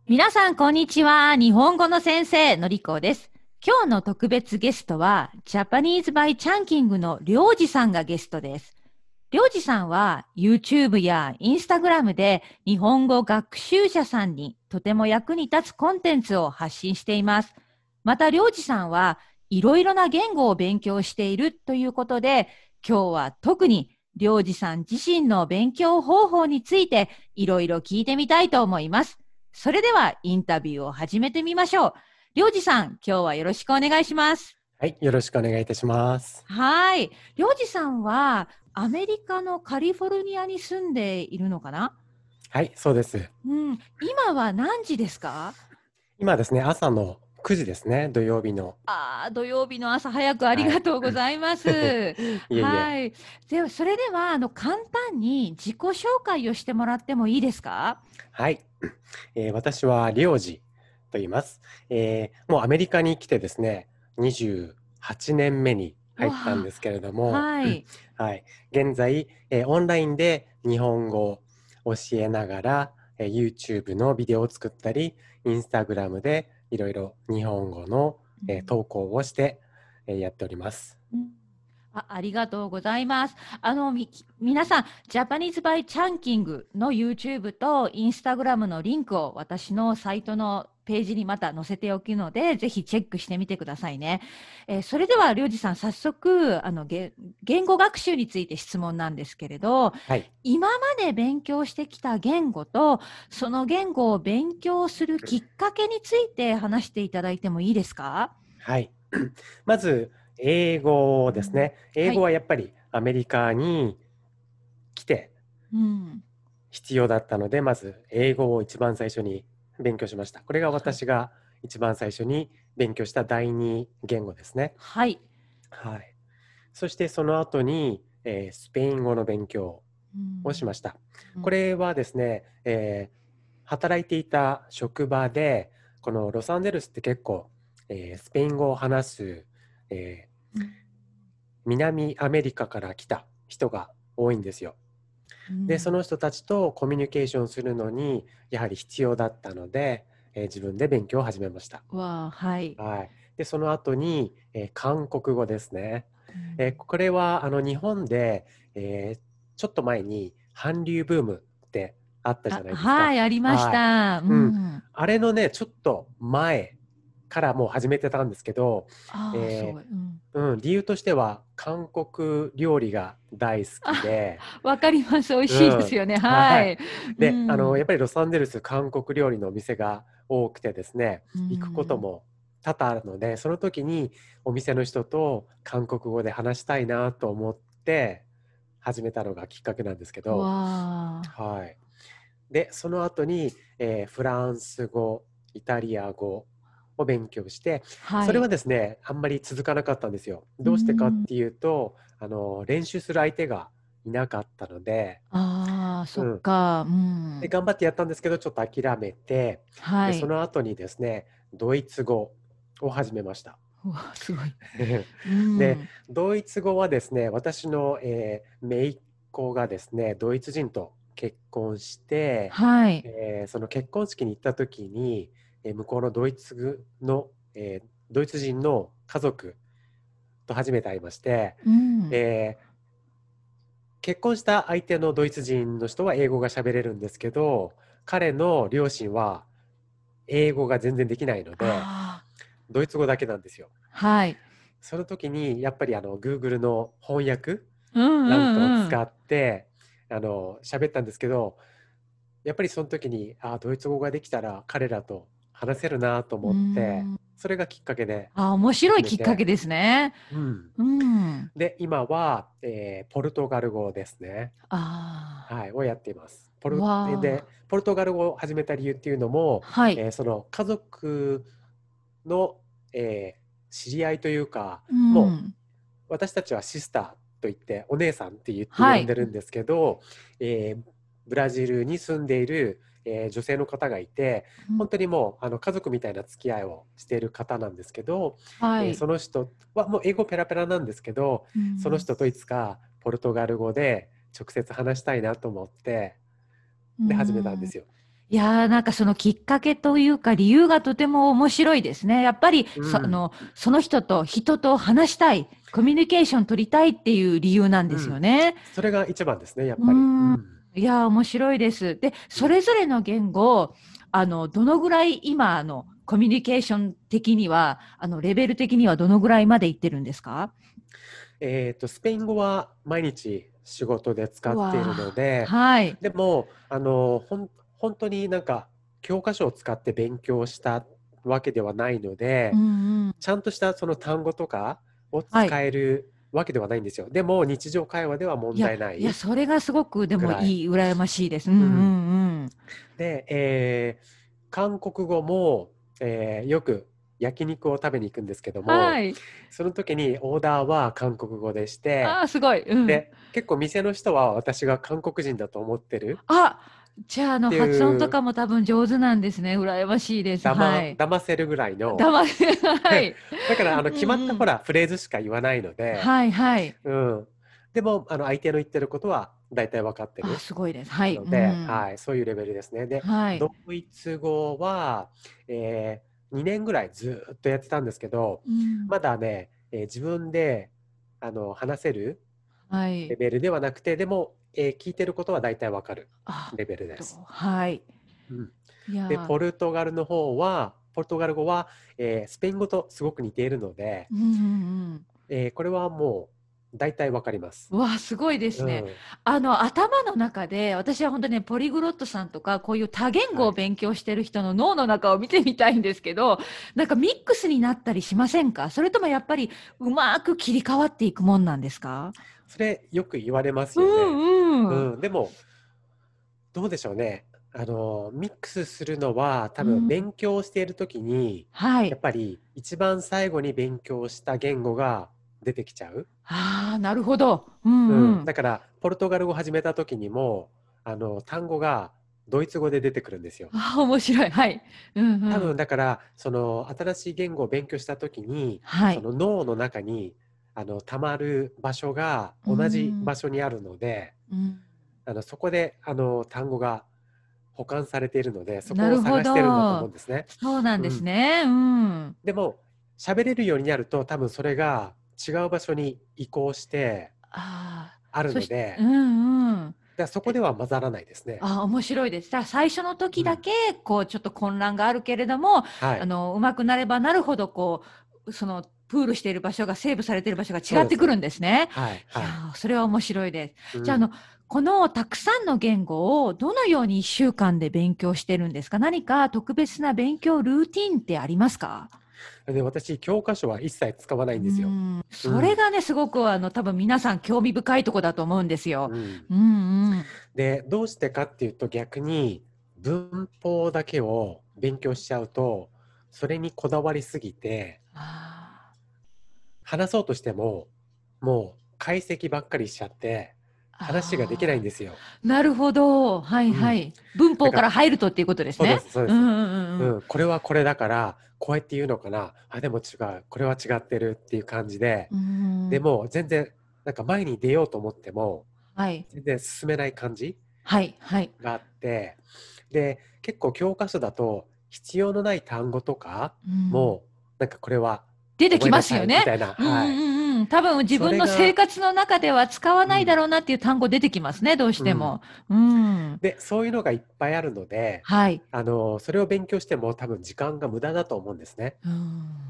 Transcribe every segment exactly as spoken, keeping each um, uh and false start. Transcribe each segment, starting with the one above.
皆さん、こんにちは。日本語の先生、のりこです。今日の特別ゲストは、ジャパニーズバイチャンキングのりょうじさんがゲストです。りょうじさんは、YouTube や Instagram で日本語学習者さんにとても役に立つコンテンツを発信しています。また、りょうじさんはいろいろな言語を勉強しているということで、今日は特にりょうじさん自身の勉強方法についていろいろ聞いてみたいと思います。それではインタビューを始めてみましょう。りょうじさん、今日はよろしくお願いします。 はい、よろしくお願いいたします。 はい。りょうじさんはアメリカのカリフォルニアに住んでいるのかな？ はい、そうです。 うん。今は何時ですか？ 今ですね、朝のくじですね、土曜日の。 ああ、土曜日の朝早くありはい。 がとうございます。 いえいえ。 はい。では、それでは、あの、簡単に自己紹介をしてもらってもいいですか？ はい、えー私はりょうじと言います。えーもうアメリカに来てですね、にじゅうはちねんめに入ったんわあ、 ですけれども、 はい。 はい、現在、えーオンラインで日本語を教えながら、えー YouTube のビデオを作ったり、Instagram でいろいろ日本語の、えー投稿をして、えーやっております。 うん、あ、ありがとうございます。あの、み、皆さん、ジャパニーズバイチャンキングの YouTube と Instagram のリンクを私のサイトのページにまた載せておくので、ぜひチェックしてみてくださいね。えーそれでは、りょうじさん、早速、あの、げ、言語学習について質問なんですけれど、 はい。 今まで勉強してきた言語と、その言語を勉強するきっかけについて話していただいてもいいですか？ はい。まず、英語ですね。英はい。 語はやっぱりアメリカに来てうん。 必要だったので、まず英語を一番最初に勉強しました。これがはい。 私が一番最初に勉強した第二言語ですね。 はい。 はい。そしてその後に、えースペイン語の勉強うん。 をしました。 うん。 これはですね、えー働いていた職場で、このロサンゼルスって結構、えースペイン語を話す、えーうん。 南アメリカから来た人が多いんですよ。で、その人たちとコミュニケーションするのにやはり必要だったので、えー自分で勉強を始めました。 わあ、はい。 はい。で、その後に、えー韓国語ですね。 うん。 えーこれはあの日本で、えーちょっと前に韓流ブームってあったじあ、 ゃないですか。 はい、ありましはい。 た。ううん。 ん。 あれのね、ちょっと前からもう始めてたんですけど、 ああ、すえごい。うん。 ーうん、理由としては韓国料理が大好きあ、 で、 わかります。美味うん、 しいですよね。 はい。 はい。うで、あの、やっん。 ぱりロサンゼルス、韓国料理のお店が多くてですね、 う行くことん。 も多々あるので、その時にお店の人と韓国語で話したいなと思って始めたのがきっかけなんですけわど、 あ。 はい。で、その後に、えーフランス語、イタリア語を勉強して、それははい。 ですね、あんまり続かなかったんですよ。 うどうしてかっん。 ていうと、あの、練習する相手がいなかったので、 ああ、そっうん。 か。うで、 ん。 頑張ってやったんですけど、ちょっと諦めて、で、そはい。 の後にですね、ドイツ語を始めました。 うわ、すごい。うで、 ん。 ドイツ語はですね、私の、えー、姪っ子がですね、ドイツ人と結婚して、 はい。 えーその結婚式に行った時に、えー向こうのドイツの、えードイツ人の家族と初めて会いまして、 うん。 えー結婚した相手のドイツ人の人は英語が喋れるんですけど、彼の両親は英語が全然できないので、 ああ、 ドイツ語だけなんですよ。 はい。 その時にやっぱりあの Google の翻訳うんなんかをうんうん。 使ってあの喋ったんですけど、やっぱりその時にあドイツ語ができたら彼らと話せるなとう思って、 ん。 それがきっかけであ、面白い始めて、 きっかけですね。 うん。 うん。 で、今は、えーポルトガル語ですね。 あはい、をやっています。ポあ、 ルで、 わあ。 ポルトガル語を始めた理由っていうのも、 はい。 えーその家族の、えー知り合いというか、 うもん。 う私たちはシスターと言って、お姉さんって言ってはい。 呼んでるんですけど、えーブラジルに住んでいる、えー女性の方がいて、 うん。 本当にもうあの家族みたいな付き合いをしている方なんですけど、えーはい。 その人はもう英語ペラペラなんですけど、 うん。 その人といつかポルトガル語で直接話したいなと思って、 うで始めたんでん。 すよ。 いやー、なんかそのきっかけというか理由がとても面白いですね。やっぱり、そ、あうん、 の、その人と人と話したい、コミュニケーション取りたいっていう理由なんですようん。 ね。 それが一番ですね、やっうぱり。うーん。 ん。 いやー、面白いです。で、 うん。 それぞれの言語、あの、どのぐらい今、あの、コミュニケーション的には、あの、レベル的にはどのぐらいまでいってるんですか？ えっと、スペイン語は毎日仕事で使うっているわので、 ー、はい。 でも、あの、ほん、本当になんか教科書を使って勉強したわけではないので、 うんうん。 ちゃんとしたその単語とかをはい。 使えるわけではないんですよ。でも、日常会話では問いや、いや、 題ないそれがすごくでくらい。 もいい、羨ましいです。うんううんうん。 んうん。 で、えー韓国語も、えーよく焼肉を食べに行くんですけども、 はい。 その時にオーダーは韓国語でして、 ああ、すごい。うん。 で、結構店の人は私が韓国人だと思ってるあ、じゃあ、あの、 って発音いう、 とかも多分上手なんですね。羨ましいです。 だま、 はい。 騙せるぐらいの、 黙って、はい。 だからあのうん決まったうん。 ほらフレーズしか言わないので、 はいはい。 うん。でも、あの相手の言ってることは大体分かってあ、 るすごいです。はい。うので、 ん。 はい、そういうレベルですね。で、 はい。 ドイツ語は、えー、にねんぐらいずーっとやってたんですけど、 うん。 まだね、えー自分であの話せるレはい。 ベルではなくて、でも、えー聞いてることは大体わかるあ、 レベルでと、 す。 はい。 うん。で、 いやポルトガルの方は、ポルトガル語は、えースペイン語とすごく似ているので、 ー、うんうんうん。 えーこれはもう大体わかります。 うわあ、すごいですね。 うん。 あの、頭の中で、私は本当にね、ポリグロットさんとか、こういう多言語はい。 を勉強してる人の脳の中を見てみたいんですけど、なんかミックスになったりしませんか？それともやっぱりうまく切り替わっていくもんなんですか？ それよく言われますうよね。 んうん。 うん。でも、どうでしょうね。あの、ミックスするのは多分うん。 勉強している時に、 はい。 やっぱり一番最後に勉強した言語が出てきちゃう。 ああ、なるほど。うんうん。 うん。 だから、ポルトガル語を始めた時にも、あの、単語がドイツ語で出てくるんですよ。 ああ、面白い。はい。うんう多分ん。 だから、その新しい言語を勉強した時に、 はい。 その脳の中に、あの、溜まる場所がう同じん。 場所にあるので、 うん。 あの、そこで、あの、単語が保管されているので、そこをなるほ探してるんだと思うど。 んですね。 そうなんですうん。 ね。うん。 でも、喋れるようになると、多分それが違う場所に移行してああ、 あるそしうので、 んうん。 だからそこでは混ざらないですね。 ああ、面白いです。だから最初のうん。 時だけ、こう、ちょっと混乱があるけれども、 はい。 あの、上手くなればなるほど、こう、その、プールしている場所が、セーブされている場所がそうです。 違ってくるんですね。 はい、はい。 いやー、それは面白いです。じゃあ、あうん。 の、このたくさんの言語をどのようにいっしゅうかんで勉強してるんですか？何か特別な勉強ルーティンってありますか？ で、私、教科書は一切使わなういんですよ。 ーん、 うん。 それがね、すごく、あの、多分皆さん興味深いとこだと思うんですよ。 うん。 うんうん。 で、どうしてかっていうと逆に文法だけを勉強しちゃうと、それにこだわりすぎて、 あ話そうとしても、もう解析ばっかりしちゃって、話ができないんあ、 ですよ。 なるほど。はいうん。 はい。文法かだから、 ら入るとっていうことですね。 そうです、そうです。 うんうんうんうん。 うん、これはこれだから、こうやって言うのかな。あ、でも違う。これは違ってるっていう感じで、 うーん。 でも全然、なんか前に出ようと思っても、 はい。 全然進めない感じはいはい。 があって、で、結構教科書だと必要のない単語とかうん。 も、なんかこれは出てき覚えなさますよね。 いみたいな、 うんうんはい。 うんうん。多分自分の生それが、 活の中では使わうん、 ないだろうなっていう単語出てきますね、どうしうん。 ても。うん。 で、そういうのがいっぱいあるので、 はい。 あの、それを勉強しても多分時間が無駄だと思うんですね。 うん。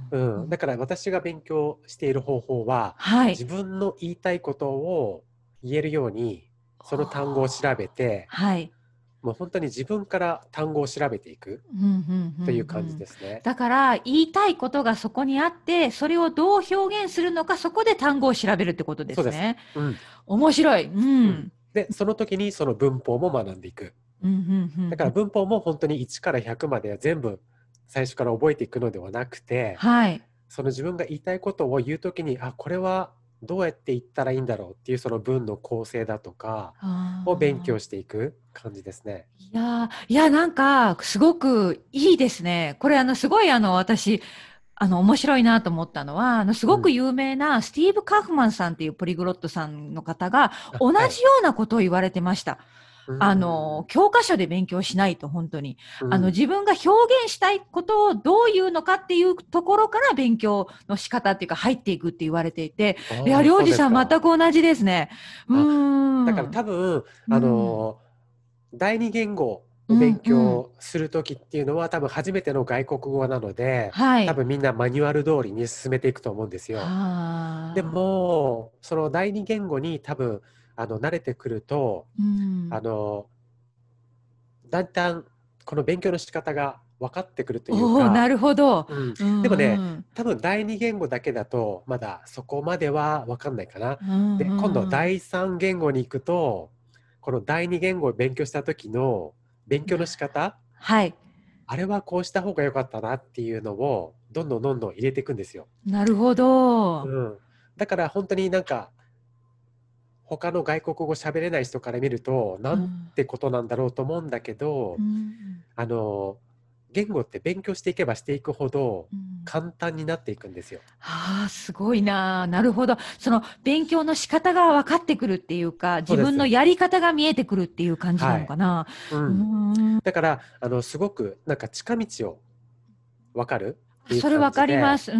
ううん。 ん。だから私が勉強している方法は、 はい。 自分の言いたいことを言えるように、その単語を調べて、 はい。 もう本当に自分から単語を調べていくうんうんうんという感じうん。 ですね。 だから言いたいことがそこにあって、それをどう表現するのか、そこで単語を調べるってことでそうです。 すね。 うん。 面白い。ううん。 ん。 で、その時にその文法も学んでいく。 うんうんうんうん。 だから文法も本当にいちからひゃくまでは全部最初から覚えていくのではなくて、 はい。 その自分が言いたいことを言う時に、あ、これはどうやって言ったらいいんだろうっていうその文の構成だとかを勉強ああ。 していく感じですね。 いやー、いや、なんか、すごくいいですね。これ、あの、すごい、あの、私、あの、面白いなと思ったのは、あの、すうん。 ごく有名なスティーブ・カフマンさんっていうポリグロットさんの方が、 あ、 同はい。 じようなことを言われてました。 あの、教科書で勉強しないと本当に。 うん、 あの、自分が表現したいことをどういうのかっていうところから勉強の仕方っていうか入っていくって言われていて、いや、 ああ、 りょうじさんそうですか。 全く同じですね。うーあ、だからん。 多分、あうん。 の、第二言語うを勉んうん。 強するときっていうのは多分初めての外国語なので、 はい。 多分みんなマニュアル通りに進めていくと思うんですよ。ではあ。 も、その第二言語に多分、あの、慣れてくると、 うん。 あの、だんだんこの勉強の仕方が分かってくるというおお、なか、 るほど。 うん、 うでもね、 んうん。 多分第二言語だけだとまだそこまでは分かんないかな。 うんで、今度うん。 第三言語に行くと、この第二言語を勉強した時の勉強の仕方、 はい。 あれはこうした方が良かったなっていうのをどんどんどんどん入れていくんですよ。 なるほど。 うん。だから本当になんか他の外国語喋れない人から見ると、なんうん。 てことなんだろうと思うんだけど、 うん。 あの、言語って勉強していけばしていくほどうん。 簡単になっていくんですよ。 ああ、すごいな。なるほど。その勉強の仕方が分かってくるっていうか、自分のそうです。 やり方が見えてくるっていう感じなはい。 のかな。うーうん。 ん。 だから、あの、すごくなんか近道を分かるっていうそれ分か感じで、 ります。うん。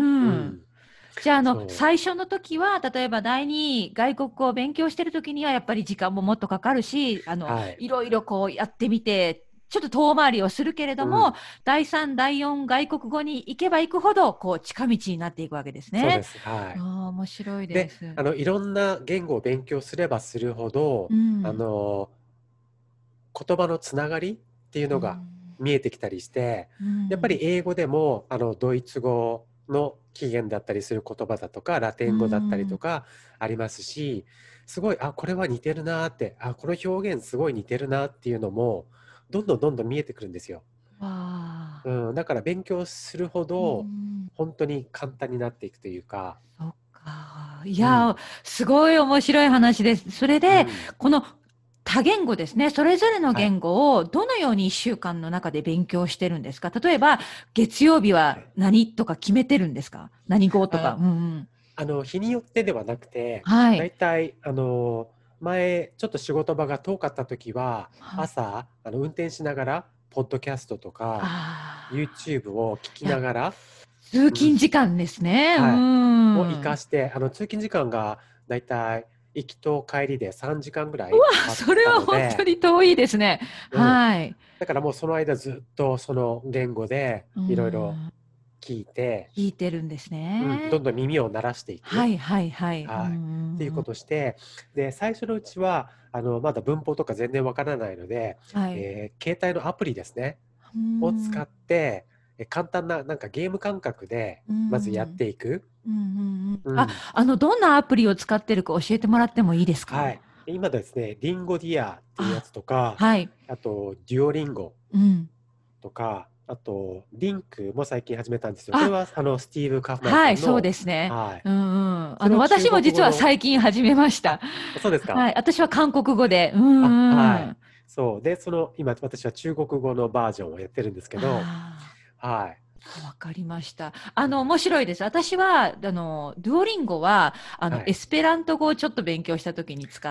うん。 じゃあ、あの、 そ最初の時は、例えば第二外国語を勉強してる時には、やっぱり時間ももっとかかるし、あう。 の、 はい。 いろいろこうやってみて、ちょっと遠回りをするけれども、 うん。 第三、第四外国語に行けば行くほど、こう、近道になっていくわけですね。 そうです。はい。 ああ、面白いでで、 す。 あの、いろんな言語を勉強すればするほど、あうん。 の、言葉のつながりっていううのがん。 見えてきたりして、 うやっぱりん。 英語でもあのドイツ語の起源だったりする言葉だとかラテうン語だったりとん。 かありますし、すごい、あ、これは似てるなーって、あ、この表現すごい似てるなっていうのもどんどんどんどん見えてくるんですよ。 わあ。 うん、だから勉強するほうどん。 本当に簡単になっていくというか、 そっか。いや、 うん、 すごい面白い話です。それで、 うん、 この多言語ですね。それぞれのはい、 言語をどのようにいっしゅうかんの中で勉強してるんですか？例えば、月曜日は何とか決めてるんですか？何語とか。 あ、 うんうん。 あの日によってではなくて、 はい。 だいたいあの前ちょっと仕事場が遠かった時ははい。 朝あの運転しながらポッドキャストとかああ。 YouTube を聞きいや、 ながら、 通うん、 勤時間ですね。うはい、を活かん。 して、あの通勤時間がだいたい行きと帰りでさんじかんぐらいうわ、 あったそれは本当ので、 に遠いですね。 うん、 はい。 だからもうその間ずっとその言語でういろいろん。 聞いて、 聞いてるんですうん、どね。 んどん耳を慣らしていく。 はいはいはい。うんうはい。っていうこんうん。 として、で、最初のうちは、あの、まだ文法とか全然わからないので、 はい。 えー携帯のアプリですね、 うーん。 を使って、え簡単な、なんかゲーム感覚で、 うーまずやっん。 ていく。 うんうんうん。あ、 うん。 あの、どんなアプリを使ってるか教えてもらってもいいですか？ はい。で今ですね、リンゴディアっていうやあ、 つとか、 はい。 あと、デュオリンゴうん。 とか、あと、リンクも最近始めたんですよ。これあ、 は、あの、スティーブ・カフマンはい、そうさんの、 ですね。 はい。 うんうん。あの、 それを中私も実は国語の、 最近始めました。 あ、そうですか。 はい。私は韓国語で。うあ、 んはい。 うん。 そう。で、その、今、私は中国語のバージョンをやってるんですけど、 ああ。 はい。 あ、わかりました。あの、 うん、 面白いです。私は、あの、デュオリンゴは、あの、エはい。 スペラント語をちょっと勉強したときに使って、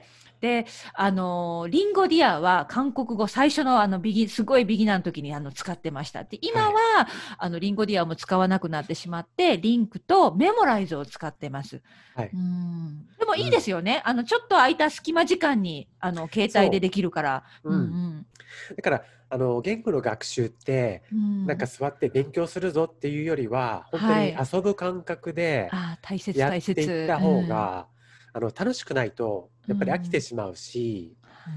で、あの、リンゴディアは韓国語、最初のあの、ビギ、すごいビギナーの時にあの、使ってました。で、今はい。 は、あの、リンゴディアも使わなくなってしまって、リンクとメモライズを使ってます。 はい。 うん。でもいいでうん。 すよね。あの、ちょっと空いた隙間時間に、あの、携帯でそできるから。 う。 うんううん。 ん。 だから、あの、言語の学習って、 うん。 なんか座って勉強するぞっていうよりは、本当はい。 に遊ぶ感覚でああ、大切大やっていっ切。 たうん。 方が、あの、楽しくないと、 うやっぱり飽きてん。 しまうし、 うん。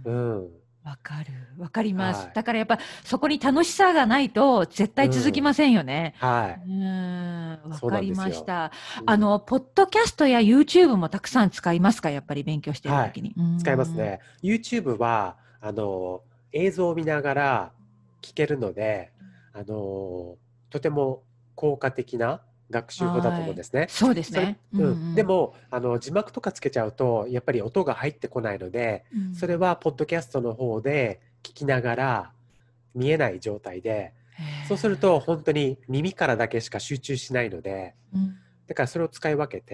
うん。 わかる。わかります。 はい。 だからやっぱそこに楽しさがないと絶う対続きまん。 せんよね。うはい。 ーん。わそうなんかりですよ。 ました。 うん。 あの、ポッドキャストや YouTube もたくさん使いますか？やっぱり勉強しているはい。 ときに。うー使いますん。 ね。YouTube は、あの、映像を見ながら聞けるので、あの、とても効果的な学習法だとはい。 思うんですね。それ、 そうですね。うんううん。でん。 も、あの、字幕とかつけちゃうと、やっぱり音が入ってこないので、 うん。 それは、ポッドキャストの方で聞きながら、見えない状態で、 へそうすると、 え。 本当に耳からだけしか集中しないので、 うん。 だからそれを使い分けて、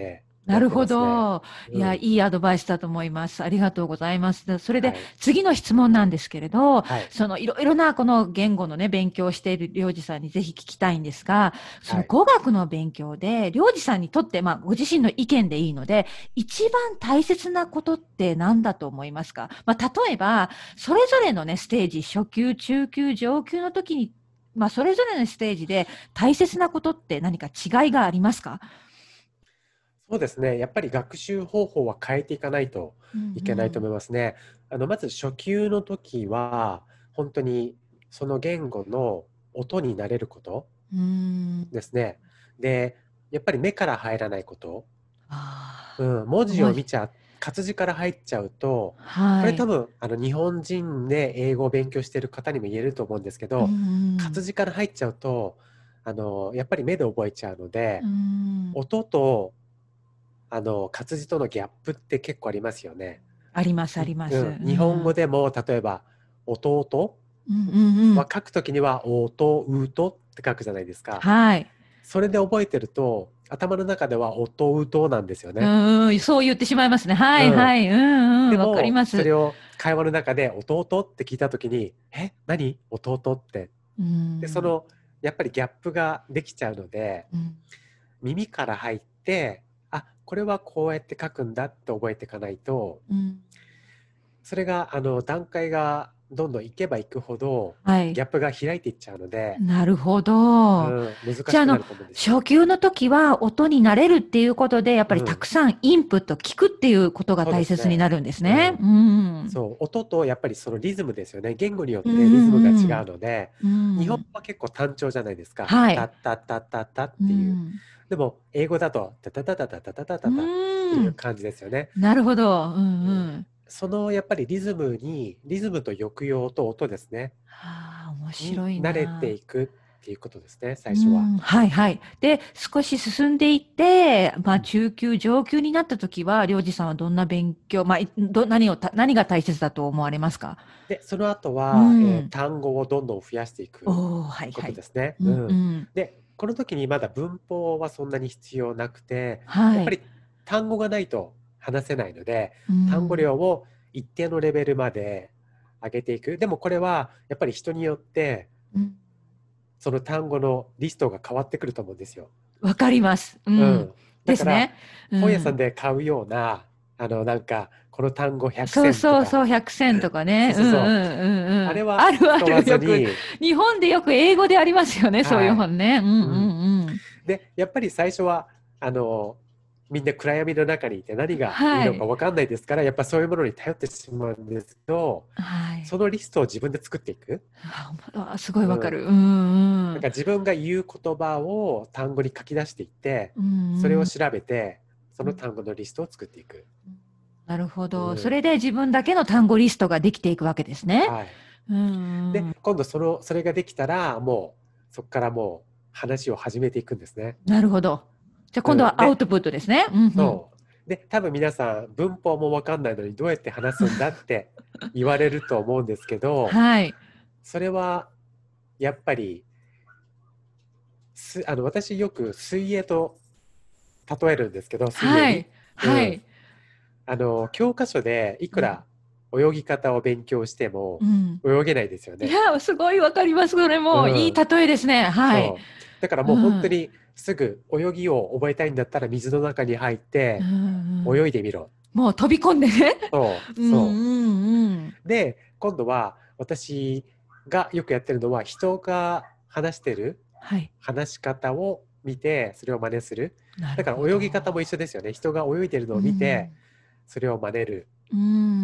やっなるほてますね。 ど。いや、いうん。 いアドバイスだと思います。ありがとうございます。でそれではい。 次の質問なんですけれど、 はい。 そのいろいろなこの言語のね、勉強をしている領事さんにぜひ聞きたいんですが、そはい。 の語学の勉強で、領事さんにとって、まあ、ご自身の意見でいいので、一番大切なことって何だと思いますか？まあ、例えば、それぞれのね、ステージ、初級、中級、上級の時に、まあ、それぞれのステージで大切なことって何か違いがありますか？ そうですね。やっぱり学習方法は変えていかないとうんういけないとん。 思いますね。あの、まず初級の時は、本当にその言語の音に慣れることうーん。 ですね。で、やっぱり目から入らないこと。うあん、文あ、もう字を見ちゃ、活字から入っちゃうと、こはい。 れ多分、あの、日本人で英語を勉強している方にも言えると思うんですけうんうど、活ん。 字から入っちゃうと、あの、やっぱり目で覚えちゃうのうで、 ん。 音と、あの、活字とのギャップって結構ありますよね。 ありますあにります。ううん、日本語ん。 でも、例えば、弟うんうんうん。 は書くときには、おとうとって書くじゃないですか。 はい。 それで覚えてると、頭の中では、おとうとなんですよね。 うんうん、そう言ってしまいますね。はうん。 いはい。うんうん。わかりでも、 ます。 それを会話の中で弟って聞いたときに、え、何弟って。 うで、そん。 の、やっぱりギャップができちゃうので、 うん。 耳から入って、あ、これはこうやって書くんだって覚えていかないと、 うん。 それが、あの、段階がどんどんいけばいくほど、 はい。 ギャップが開いていっちゃうので、 なるほうど。 ん、難じゃあ、あの、 しくなると思うんですよ。 初級の時は音に慣れるっていうことで、やっぱりたうん、 くさんインプット聞くっていうことがそうで大すね。 切になるんですね。 うん。 うん。 そう、音とやっぱりそのリズムですよね。言語によっうてリズムが違んうん。 うので、 う日本ん。 語は結構単調じゃないですか。 はい。 タッタッタッタッタっうていう。 ん。 でも、英語だと、タタタタタタタタうタタっていうん。 感じですよね。 なるほど。うんうん。 うん。 そのやっぱりリズムに、リズムと抑揚と音ですね。 はあ、面に白い慣れてな。 いくっていうことですね、最初は。 うん、はいはい。で、少し進んでいって、まあ、 うん。 中級、上級になったときは、りょうじさんはどんな勉強、まあ、いど、何をた、何が大切だと思われますか？ で、その後うは、えーん。 単語をどんどん増やしていくおー、はいこはい。 とですね。 うん、ううん。 ん。 で、この時にまだ文法はそんなに必要なくて、やはい。 っぱり単語がないと話せないので、 う単語ん。 量を一定のレベルまで上げていく。でもこれはやっぱり人によってうん。 その単語のリストが変わってくると思うんですよ。 わかります。うん。 うん。だからですね。う本屋さんん。 で買うような、あのなんかこの単語ひゃくそう選とか、 そうそう、百選とかね。うんうそうそうそう。 んうんうん。 あれはあるあ使わる。よく、 ずに、 日本でよく英語でありますよね、そういうはい。 本ね。うんううん。 んうん。 で、やっぱり最初は、あの、みんな暗闇の中にいて何がいいのかはい。 分かんないですから、やっぱそういうものに頼ってしまうんですけど、 はい。 そのリストを自分で作っていく。 あ、あすごいうん。 わかる。うんうん。 だから自分が言う言葉を単語に書き出していって、 うんうん。 それを調べて、その単語のリストを作っていく。 なるほど。そうん。 れで自分だけの単語リストができていくわけですね。 はい。 うんうで、 ん。 今度その、それができたら、もう、そこからもう話を始めていくんですね。 なるほど。じゃあ今度うん。で、 はアウトプットですね。うんうん。 そう。で、多分皆さん文法もわかんないのにどうやって話すんだって言われると思うんですけど、 はい。 それはやっぱりすあの私よく水泳と例えるんですけど、水泳に。 はい。 うん。 はい。 あの教科書でいうん。 くら泳ぎ方を勉強してもうん。 泳げないですよね。 いや、すごいわかります。それうもいいん。 例えですね。はい。 そう。だからうもう本当ん。 にすぐ泳ぎを覚えたいんだったら水の中に入っうんてうん。 泳いでみろ。 もう飛び込んでね。 そう、 うんそうんうん。 う。で、今度は私がよくやってるのは人が話してるはい。 話し方を見てそれを真似する。 なるだからほど。 泳ぎ方も一緒ですよね。人が泳いでるのうを見てん。 それを真似る。 うん。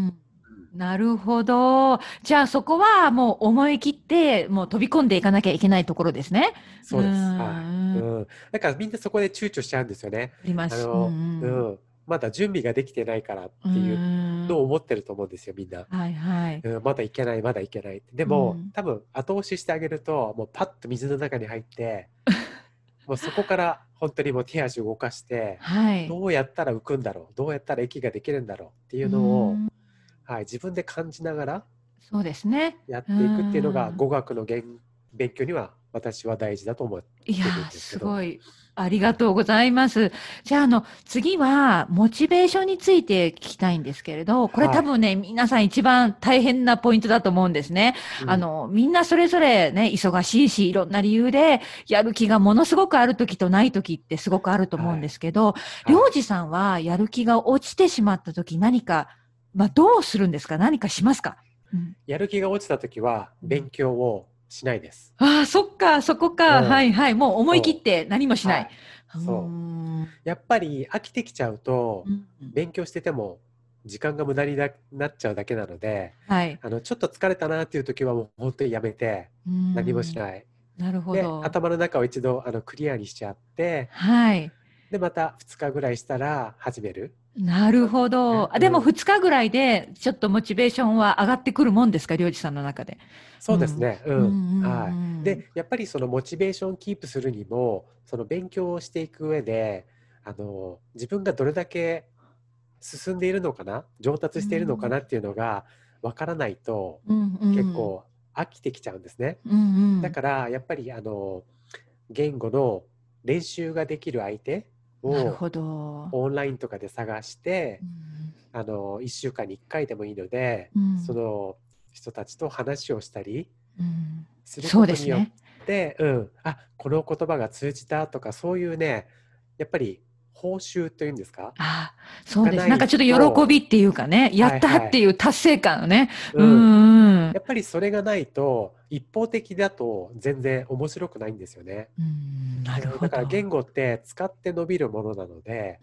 うん、 なるほど。じゃあそこはもう思い切ってもう飛び込んでいかなきゃいけないところですね。うそうです。はい。 ん。あうん。だからみんなそこで躊躇しちゃうんですよね。 ります。うあの、うんん。まだ準備ができてないからっうていうん。うのをん。 思ってると思うんですよ、みんな。 はいはい。 うん、まだいけない、まだいけないって。でも、 うん。 多分後押ししてあげると、もうパッと水の中に入って、もうそこから本当にもう手足を動かして、 はい。 どうやったら浮くんだろう、どうやったら息ができるんだろうっていううのを、 ん。 はい、自分で感じながらそうですね。うやっていくっていうのがん。 語学の言勉強には私は大事だと思っていやるんー、 ですけど。 すごい。ありがとうございます。じゃあ、あの、次は、モチベーションについて聞きたいんですけれど、これはい。 多分ね、皆さん一番大変なポイントだと思うんですね。 うん。 あの、みんなそれぞれね、忙しいし、いろんな理由で、やる気がものすごくある時とない時ってすごくあると思うんではい。 すけど、りょはい。 うじさんはやる気が落ちてしまった時何か、まあ、どうするんですか？何かしますか？うん。 やる気が落ちたときは、 うん。 勉強をしないです。 ああ、そっか、そこか。はうん。 いはい。もう思い切っそて何もう。 しない。 はい。 うーそう。 ん。 やっぱり飽きてきちゃうと、 うん。 勉強してても時間が無駄にななっちゃうだけなので、 はい。 あの、ちょっと疲れたなっていう時はもう本当にやめて、 うー何もしん。 ない。 なるほで、 ど。 頭の中を一度あのクリアにしちゃって、 はい。 で、またふつかぐらいしたら始めるなる感じほど。 ですね。 あ、でもうん。 ふつかぐらいで、ちょっとモチベーションは上がってくるもんですか？りょうじさんの中で。うん。 そうですね。ううんうん。はんい。 うん。 で、やっぱりそのモチベーションキープするにも、その勉強をしていく上で、あの、自分がどれだけ進んでいるのかな、上う達しているのかんなっていうのがわからないと、 うんうん。 結構飽きてきちゃうんですね。 うんうん。 だからやっぱりあの、言語の練習ができる相手をなるほど。 オンラインとかで探して、 うんあの、いっしゅうかんにいっかいでもいいので、そうんの人たちと話をしたりうん。 するそことによっうですね。 て、うん、あ、この言葉が通じたとか、そういうね、やっぱり報酬というんですか、 ああ、そうです。 がないなんかちょっと喜と、 びっていうかね、やったってはいはい、 いう達成感をね。ううん。 んうん。 やっぱりそれがないと、一方的だと全然面白くないんですよね。 うん、なるうん、だからほど。 言語って使って伸びるものなので、 うん。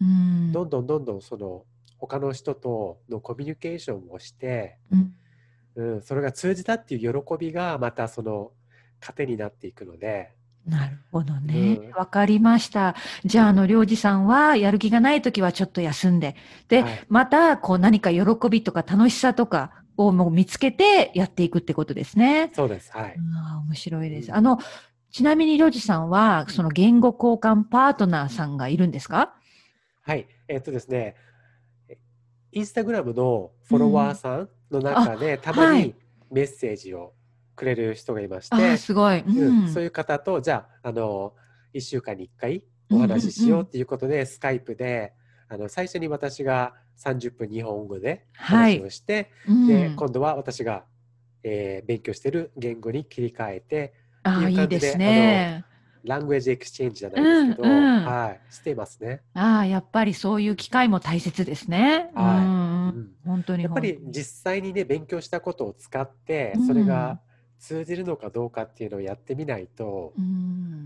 どんどんどんどんその他の人とのコミュニケーションをして、 うん。 うん、それが通じたっていう喜びがまたその糧になっていくので、 なるほどね。 うん、 わかりました。じゃあ、あの、りょうじさんは、やる気がないときはちょっと休んで、で、 はい、 また、こう、何か喜びとか楽しさとかをもう見つけてやっていくってことですね。 そうです。はい。 ああ、面白いです。あうん、 の、ちなみにりょうじさんは、その言語交換パートナーさんがいるんですか？ はい。えっとですね、インスタグラムのフォロワーうんうん。 さんの中あ、 でたまはい。 にメッセージをくれる人がいましああ、 て、 すごい。ううん、そうん。 いう方と、じゃあ、あの、いっしゅうかんにいっかいうんおうんうん。 話ししようっていうことで、スカイプで、あの、最初に私がさんじゅっぷん日本語で話はい。 をして、 うで、 ん。 今度は私が、えー勉強してる言語に切り替えてってああ、 いういいです感じで、あの、 ね。 ラングエージエクスチェンジじゃないですうんけど、 うん。 はい、していますね。 ああ、やっぱりそういう機会も大切ですね。うはい。 んうん。 うん。 本当にやっぱ本当に。 り実際にね、勉強したことを使って、 うそれがん。 通じるのかどうかっていうのをやってみないと、 うん。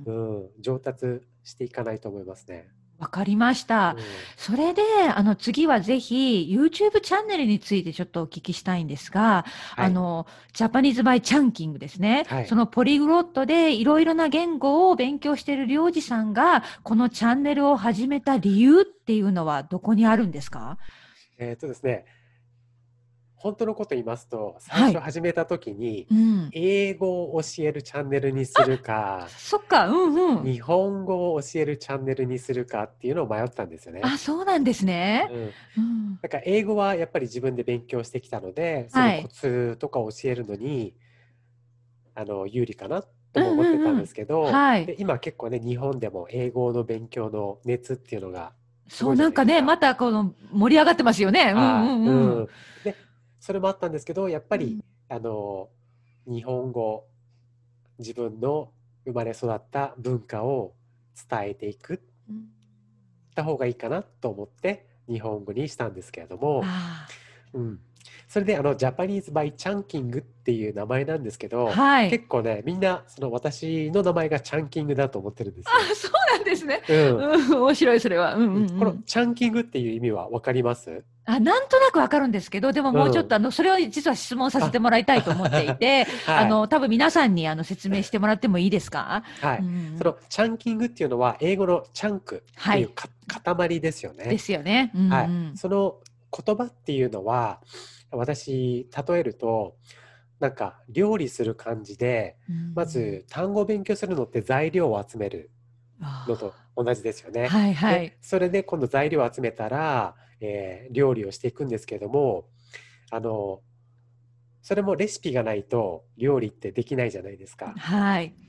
うん、上達していかないと思いますね。 わかりました。 うん。 それで、あの、次はぜひ、YouTube チャンネルについてちょっとお聞きしたいんですが、 はい。 あの、ジャパニーズバイチャンキングですね。 はい。 そのポリグロットでいろいろな言語を勉強しているりょうじさんが、このチャンネルを始めた理由っていうのはどこにあるんですか？ えっとですね、本当のこと言いますと、最初はい。 始めた時に、 うん。 英語を教えるチャンネルにするか、 そっか、うんうん。 日本語を教えるチャンネルにするかっていうのを迷ったんですよね。 あ、そうなんですね。 うん。 うん。 だから英語はやっぱり自分で勉強してきたので、そのコはい。 ツとかを教えるのに、あの、有利かなとうんも思ってたんでうんうん。 すけど、で、 はい。 今結構ね、日本でも英語の勉強の熱っていうのがすそう、 ごいじゃなんかね、 ないですか。 またこの盛り上がってますよね。うんうはい。 んうん。 うん。で、それもあったんですけど、やっぱり、 うん。 あの、日本語、自分の生まれ育った文化を伝えていくうん。 た方がいいかなと思って日本語にしたんですけれども、 あうん。それであの、ジャパニーズバイチャンキングっていう名前なんですけあ、 ど、 はい。 結構ね、みんなその私の名前がチャンキングだと思ってるんですよ。 あ、そうなんですね。 うん。 うん、面白い、それは。うんうんうん、このうん。 チャンキングっていう意味はわかります？ あ、なんとなくわかるんですけど、でもうん。 もうちょっとあの、それを実は質問させてあ、 もらいたいと思っていて、あはい。 の、多分皆さんにあの、説明してもらってもいいですか？ はい。 うんうん。 そのチャンキングっていうのは英語のチャンクっていうはい。 か塊ですよでね。 すよね。うんうはい。 ん。 その言葉っていうのは、私、例えると、なんか料理する感じで、 うまん。 ず単語を勉強するのって材料を集めるのとあ同じですよあ、 ね。で、 はいはい。 それで今度材料を集めたら、えー料理をしていくんですけども、あの、それもレシピがないと料理ってできないじゃないですか。 はい。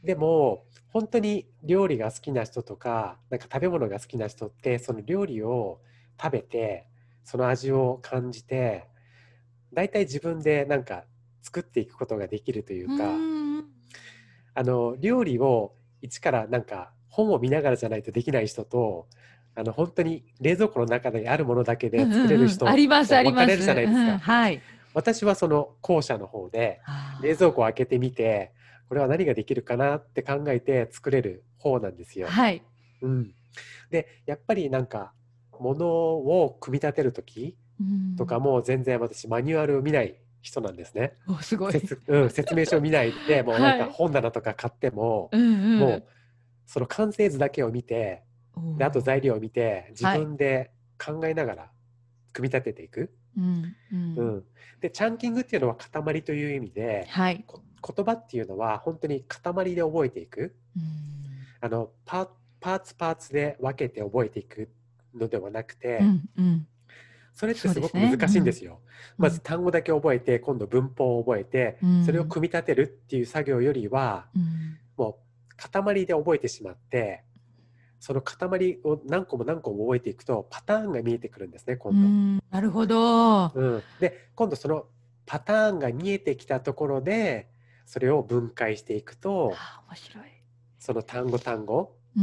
でも本当に料理が好きな人とか、なんか食べ物が好きな人って、その料理を食べて、その味を感じて、大体自分でなんか作っていくことができるといううか、 ーん。 あの料理を一からなんか本を見ながらじゃないとできない人と、あの本当に冷蔵庫の中にあるものだけうんうで作れるんうん。あ人ります、 とあります。 分かれるじゃないですうん、 か。 はい。 私はその後者の方で、冷蔵庫をあ開けてみて、これは何ができるかなって考えて作れる方なんですあ、 よ。 はい。 うん。で、やっぱりなんか、ものを組み立てるときうとかん。 も全然私マニュアルを見ない人なんですね。 お、すごい。 説、うん、説明書を見ないで、もうなんかはい。 本棚とか買っても、 うんうん。 もうその完成図だけを見て、 おで、あと材お。 料を見て、自はい。 分で考えながら組み立てていく。 うんうん。 うん。で、チャンキングっていうのは塊という意味で、 はい。 こ言葉っていうのは本当に塊で覚えていく。 うん。 あの、パ、パーツパーツで分けて覚えていくのではなくうて、 んうん。 それってそうですね。 すごく難うん。 しいんですよ。 うん。 まず単語だけ覚えて、今度文法を覚えて、 うそれをん。 組み立てるっていう作業よりは、 うん。 もう塊で覚えてしまって、その塊を何個も何個も覚えていくと、パターンが見えてくるんですね、今度。 うん。なるほど。 うん。で、今度そのパターンが見えてきたところで、それを分解していくと、 あ、面白い。 その単語単語うん。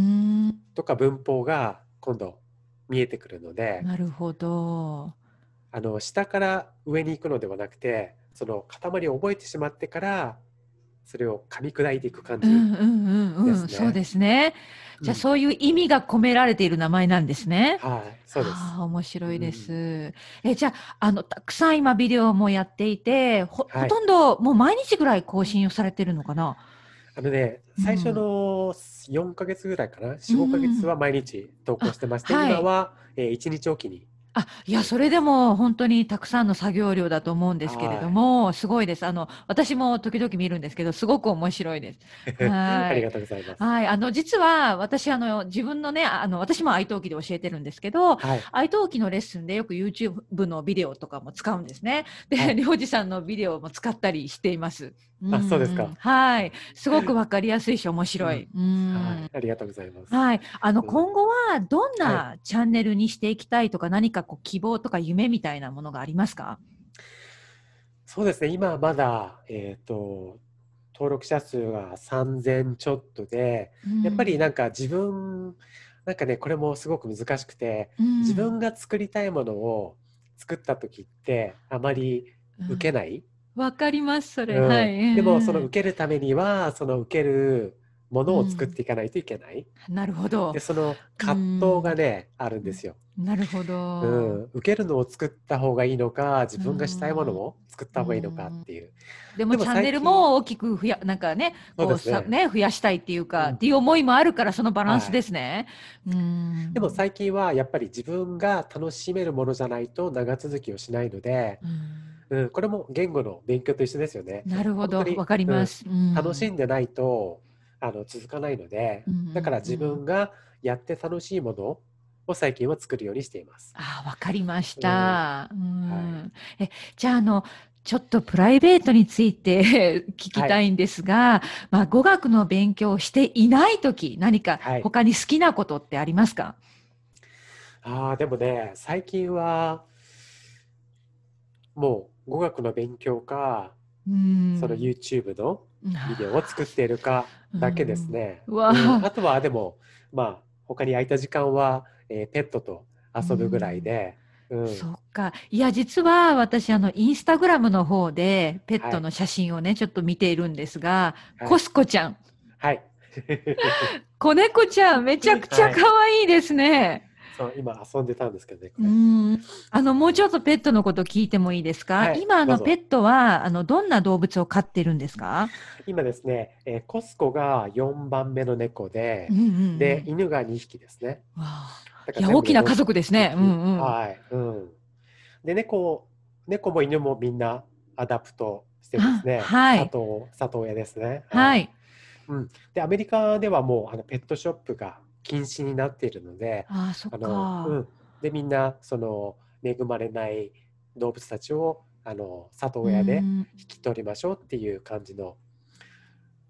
とか文法が今度見えてくるので、 なるほど。 あの下から上に行くのではなくて、その塊を覚えてしまってからそれを噛み砕いていく感じうんうんうんうん。そうですね。 ですね。じゃあ、 うん。 そういう意味が込められている名前なんですね。 はい、そうです。 ああ、面白いでうん。 す。え、じゃあ、あの、たくさん今ビデオもやっていて、ほ、ほはい。 とんどもう毎日ぐらい更新をされてるのかな？ あのね、最初うん。 のよんかげつぐらいかな、よん、 うん 5 うんうん。 ヶ月は毎日投稿あ、 してまして、 はい。 今は、えー、いちにちおきにあ、いや、それで上げてます。 も本当にたくさんの作業量だと思うんですけれはい。 ども、すごいです。あの、私も時々見るんですけど、すごく面白いです。 あはい。 りがとうございます。 はい。あの、実は私、あの、自分のね、あの、私も iTalki で教えてるんですけど、 はい。 iTalki のレッスンでよく YouTube のビデオとかも使うんですね。で、 はい。 りょうじさんのビデオも使ったりしています。うあ、そうですか。 ん。はい。すごくわかりやすいし面うん。 白い。うん。 はい。ありがとうございます。 はい。あの、 うん。 今後はどんはい。 なチャンネルにしていきたいとか、何かこう希望とか夢みたいなものがありますか？ そうですね。今はまだ、えっと、登録者数がさんぜんちょっとで、 うやっぱりなん。 んか自分、なんかね、これもすごく難しくて、 うん。 自分が作りたいものを作った時ってあまりうん。 受けない。 わかります、それ。 うん。 はい。うでもそのんうん。 受けるためには、その受けるものを作っうん。 ていかないといけない。 なるほで、 ど。 そのう葛藤がん。 ね、あるんですよ。 なるほうど。 ん。受けるのを作った方がいいのか、自う分がしたいものん。 を作っうた方がいいのかっん。 ていう。 でもでもチャンネル最近、 も大きく増や、なんかね、 そうこうさ、 ですね。 ね、増やしたいっていうか、っうん。 ていう思いもあるから、そのバランスではい。 すね。うん。 でも最近はやっぱり自分が楽しめるものじゃないと長続きをしないので、 うん。 うん、これも言語の勉強と一緒ですよね。 なるほど。 本当に、 わかりうん、 ます。うん。 楽しんでないとあの続かないので、 うんうだからんうん。 自分がやって楽しいものを最近は作るようにしています。 ああ、わかりましうん、 た。うはい。 ん。え、じゃあ、あの、ちょっとプライベートについて聞きはい。 たいんですが、まあ、語学の勉強をしていないとき、何かはい。 他に好きなことってありますか？ ああ、でもね、最近はもう語学の勉強か、 うそのん。 YouTube のビデオを作あっているかーうだけですん。 ね。 うわうん。ああ、 とはでも、まあ、他に空いた時間は、えーペットとう遊ぶぐらいん。 で、うん。 そっか。いや、実は私、あの、インスタグラムの方でペッはい。 トの写真をね、ちょっと見ているんですが、コはい。 スコちゃん、 はい。 子猫ちゃん、めちゃくちゃ可はい。 愛いですね。 そう、今遊んでたんですけどね、こうれ。 ーん。あの、もうちょっうん。 とペットのこと聞いてもいいですか？ はい。 今、あの、ペどうぞ。 ットは、あの、どんな動物を飼ってるんですか？ 今ですね、えーコスコがよんばんめの猫で、 うんうんうで、 ん。 犬がにひきですね。 わあ。いや、 だから全部で大きな家 6 族ですね。うん匹。 うん。 はい。うん。で、猫、猫も犬もみんなアダプトしてですあ、 ね、 はい。 里、里親ですね。はい。 はい。 うん。で、アメリカではもうあのペットショップが禁止になっているので、 ああ、そっあの、うか。 ん。で、みんな、その、恵まれない動物たちを、あの、里うー親でん。 引き取りましょうっていう感じの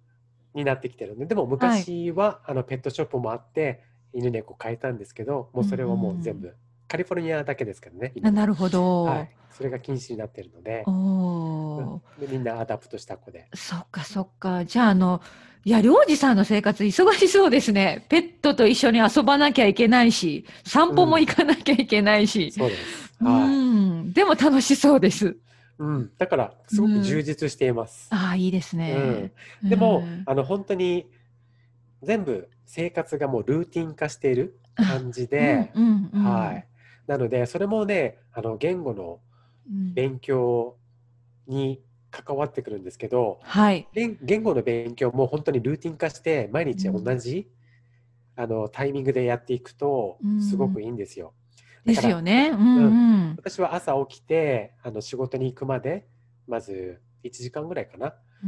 になってきてるので、でもはい。 昔はあのペットショップもあって犬猫飼えたんですけど、もうんううそれはもう全ん。 部カリフォルニアだけですけどね、今は。 ななるほど。 はい。それが禁止になってるので、うん、 おー。 でみんなアダプトした子で。 そっかそっか。じゃあ、あの、いや、りょうじさんの生活忙しそうですね。ペットと一緒に遊ばなきゃいけないし、散歩もうん、 行かなきゃいけないし。 そうです。 うはい。 ん。でも楽しそうです。 うん、だからすうごく充ん。 実しています。 ああ、いいですうん。 ね。うでも、 ん。 あの本当に全部生活がもうルーティン化しているあ、 感じうんで、 うんうん。 はい。なので、それもね、あの言語のうん。 勉強に関わってくるんですけど、 はい。 言言語の勉強も本当にルーティン化して毎日同うん。 じあのタイミングでやっていくとうん。 すごくいいんですよ。だでから、 すよね。ううん、 んうん。 私は朝起きてあの仕事に行くまでまずいちじかんぐらいかな、 うん。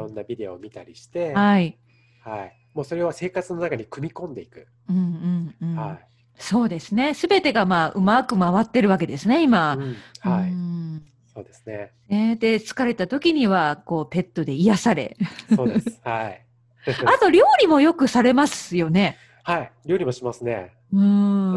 いろんなビデオを見たりして、 はい。 はい、もうそれを生活の中に組み込んでいく。 うんうんうん。 はい。 そうですね。すべてがまあ、うまく回ってるわけですね、今。 うん、 うはい。 ん。 そうですね。 ね、で、疲れた時には、こう、ペットで癒され。 そうです。はい。 あと、料理もよくされますよね。 はい。料理もしますね。 ううん。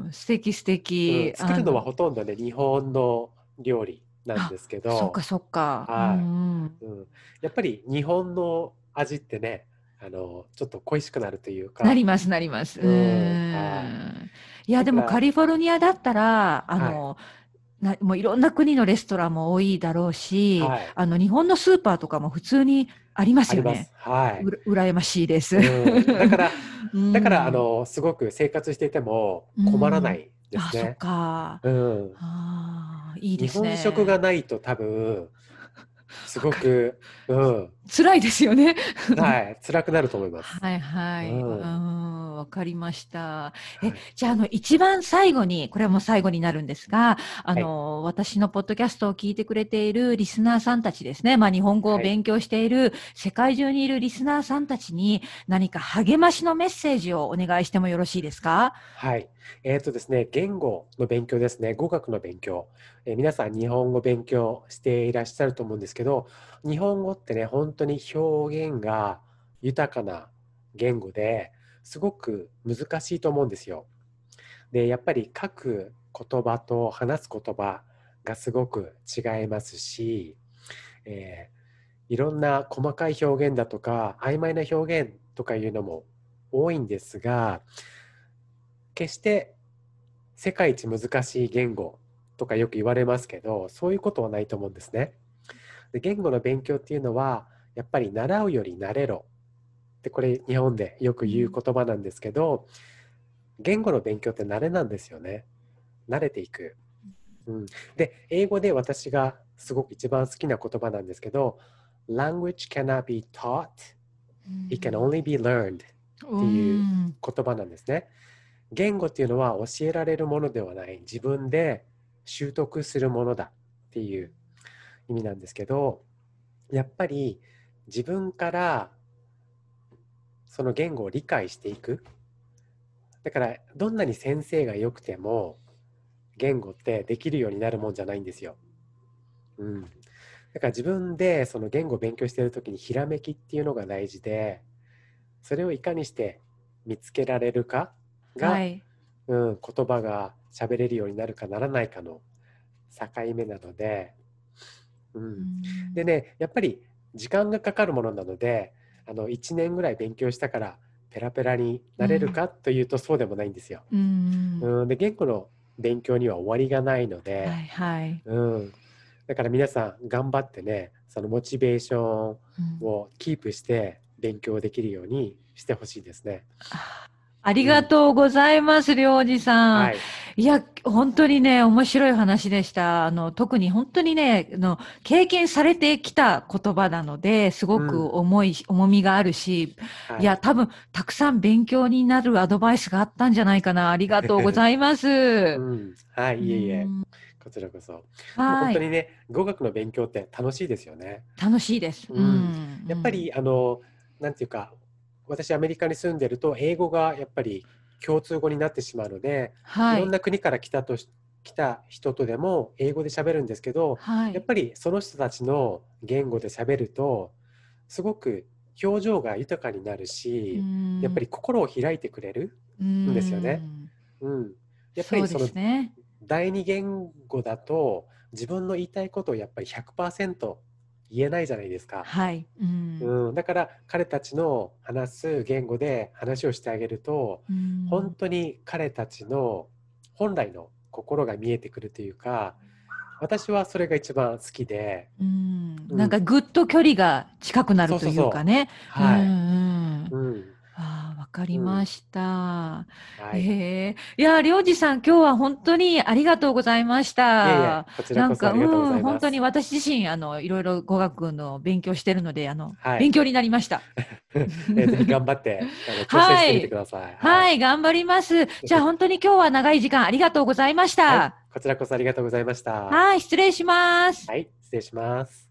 ーん。素敵素うん。 敵。 作るのはあの、 ほとんどね、日本の料理なんあ、 ですけど、 そっかそっか。うはん。 い。うん。やっぱり日本の味ってね、あの、ちょっと恋しくなるというか、 なります、なります。ううん。はい。 ーん。いや、でもカだから、 リフォルニアだったら、あはい。 の、な、もういろんな国のレストランも多いだろうし、 はい。 あの、日本のスーパーとかも普通にありますよね。 あります。はい。 うら、羨ましいです。 うん。だから、 うだから、あん。 の、すごく生活していてもう困らなん。 いであ、そっすね。 か。 うん。 ああ、いいで日す本食がね。 ないと多分、すわかる。 ごく、うん。 辛いですよね。 はい。辛くなると思います。 はいはうい。うん。 ん、わかりました。え、 はい。 じゃあ、あの、一番最後に、これはもう最後になるんですが、あはい。 の、私のポッドキャストを聞いてくれているリスナーさんたちですね。まあ、日本語をはい。 勉強している世界中にいるリスナーさんたちに何か励ましのメッセージをお願いしてもよろしいですか？ はい。えっとですね、言語の勉強ですね。語学の勉強。えー皆さん日本語勉強していらっしゃると思うんですけど、日本語ってね、本当に表現が豊かな言語ですごく難しいと思うんですよ。で、やっぱり書く言葉と話す言葉がすごく違いますし、えーいろんな細かい表現だとか曖昧な表現とかいうのも多いんですが、決して世界一難しい言語とかよく言われますけど、そういうことはないと思うんですね。で、言語の勉強っていうのはやっぱり習うより慣れろってこれ日本でよく言ううん。 言葉なんですけど、言語の勉強って慣れなんですよね。慣れていく。うん、で、英語で私がすごく一番好きな言葉なんですけど、language cannot be taught, う it can ん。 only be learned うっていうん。 言葉なんですね。言語っていうのは教えられるものではない、自分で習得するものだっていう意味なんですけど、やっぱり自分からその言語を理解していく。だからどんなに先生が良くても言語ってできるようになるもんじゃないんですよ。うん。だから自分でその言語を勉強している時にひらめきっていうのが大事で、それをいかにして見つけられるかが、 はい。 うん、言葉が喋れるようになるかならないかの境目なので、ううん、でん。 ね、やっぱり時間がかかるものなので、あのいちねんぐらい勉強したからペラペラになれるうん。 かというとそうでもないんですよ。 うん。 うん、で、言語の勉強には終わりがないので、 はいはい。 うん、だから皆さん頑張ってね、そのモチベーションうん。 をキープして勉強できるようにしてほしいですね。 あ、ありがうん。 とうございます、りょうじさん。 はい。 いや、本当にね、面白い話でした。あの、特に本当にね、あの、経験されてきた言葉なので、すごくうん。 重い、重みがあるし、いや、 はい。 多分、たくさん勉強になるアドバイスがあったんじゃないかな。ありがとうございます。 ううん。はい。 ーいえいえ。 ん、 こちらこそ。でも本はい。 当にね、語学の勉強って楽しいですよね。 楽しいです。うん、ううん。やっぱん。 り、あの、なんていうか、私アメリカに住んでると、英語がやっぱり共通語になってしまうので、いはい。 ろんな国から来たとし、来た人とでも英語で喋るんですけど、 はい。 やっぱりその人たちの言語で喋ると、すごく表情が豊かになるし、やっぱり心を開いてくれるんですよね。うん、やっぱりその第二言語だと自分の言いたいことをやっぱり ひゃくパーセント 言えないじゃないですか。 はい。うん、 うん、だから彼たちの話す言語で話をしてあげると、 うん、 本当に彼たちの本来の心が見えてくるというか、私はそれが一番好きで、 うん、 うん、 なんかぐっと距離が近くなるというかね。 はい。うん、 うん、ああ、わかりました。うん、 はい。 ええー、いや、りょうじさん、今日は本当にありがとうございましいえいえ、 た。 こちらなんか、 こそありがとうごうん、 ざいます。 本当に私自身、あの、いろいろ語学の勉強してるので、あの、 はい。 勉強になりました。 えぜひ頑張ってあの挑戦してみてはい。 ください。はい。 はい、頑張ります。じゃあ、本当に今日は長い時間ありがとうございましはい。 た。 こちらこそありがとうございました。 はい、失礼します。 はい。失礼します。